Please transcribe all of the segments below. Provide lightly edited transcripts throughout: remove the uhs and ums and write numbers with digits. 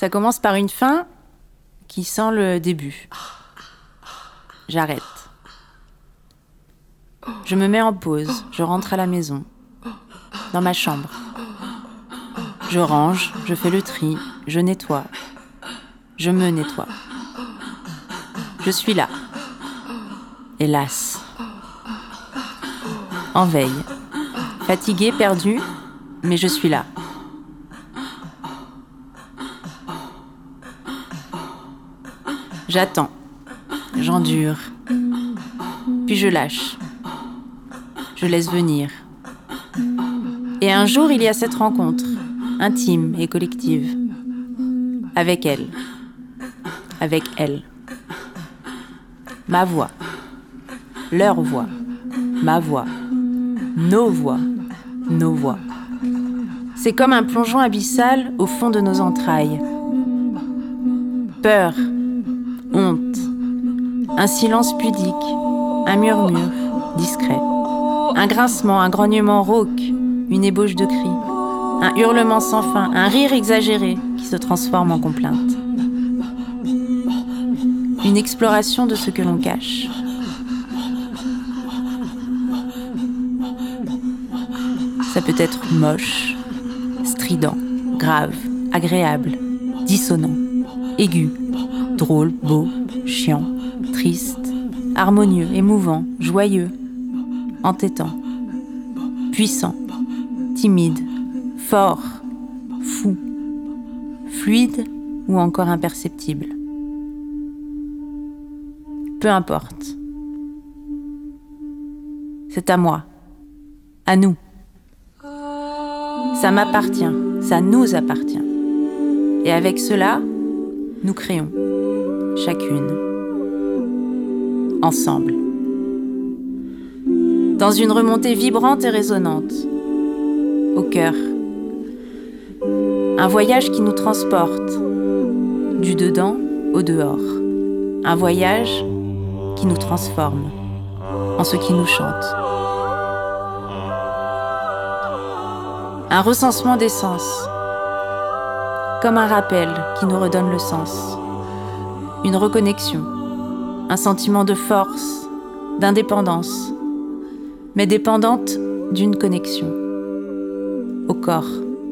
Ça commence par une fin qui sent le début. J'arrête. Je me mets en pause, je rentre à la maison, dans ma chambre. Je range, je fais le tri, je nettoie. Je me nettoie. Je suis là. Hélas. En veille. Fatiguée, perdue, mais je suis là. J'attends. J'endure. Puis je lâche. Je laisse venir. Et un jour, il y a cette rencontre, intime et collective. Avec elle. Avec elle. Ma voix. Leur voix. Ma voix. Nos voix. Nos voix. C'est comme un plongeon abyssal au fond de nos entrailles. Peur. Honte. Un silence pudique. Un murmure discret. Un grincement, un grognement rauque. Une ébauche de cri. Un hurlement sans fin. Un rire exagéré qui se transforme en complainte. Une exploration de ce que l'on cache. Ça peut être moche, strident, grave, agréable, dissonant, aigu, drôle, beau, chiant, triste, harmonieux, émouvant, joyeux, entêtant, puissant, timide, fort, fou, fluide ou encore imperceptible. Peu importe. C'est à moi, à nous. Ça m'appartient, ça nous appartient. Et avec cela, nous créons, chacune, ensemble. Dans une remontée vibrante et résonnante, au cœur. Un voyage qui nous transporte, du dedans au dehors. Un voyage qui nous transforme, en ce qui nous chante. Un recensement des sens, comme un rappel qui nous redonne le sens. Une reconnexion, un sentiment de force, d'indépendance, mais dépendante d'une connexion. Au corps,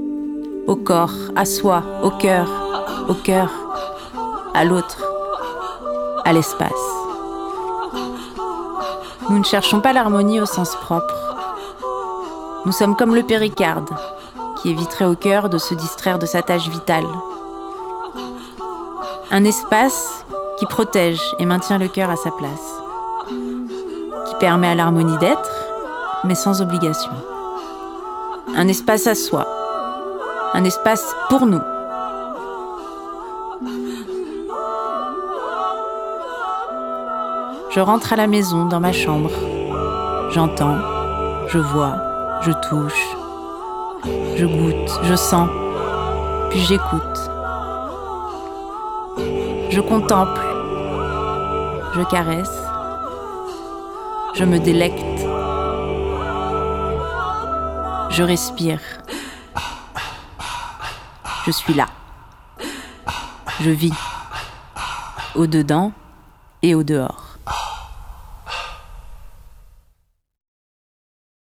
à soi, au cœur, à l'autre, à l'espace. Nous ne cherchons pas l'harmonie au sens propre. Nous sommes comme le péricarde, qui éviterait au cœur de se distraire de sa tâche vitale. Un espace qui protège et maintient le cœur à sa place, qui permet à l'harmonie d'être, mais sans obligation. Un espace à soi, un espace pour nous. Je rentre à la maison, dans ma chambre. J'entends, je vois, je touche, je goûte, je sens, puis j'écoute. Je contemple, je caresse, je me délecte. Je respire. Je suis là. Je vis, au dedans et au dehors.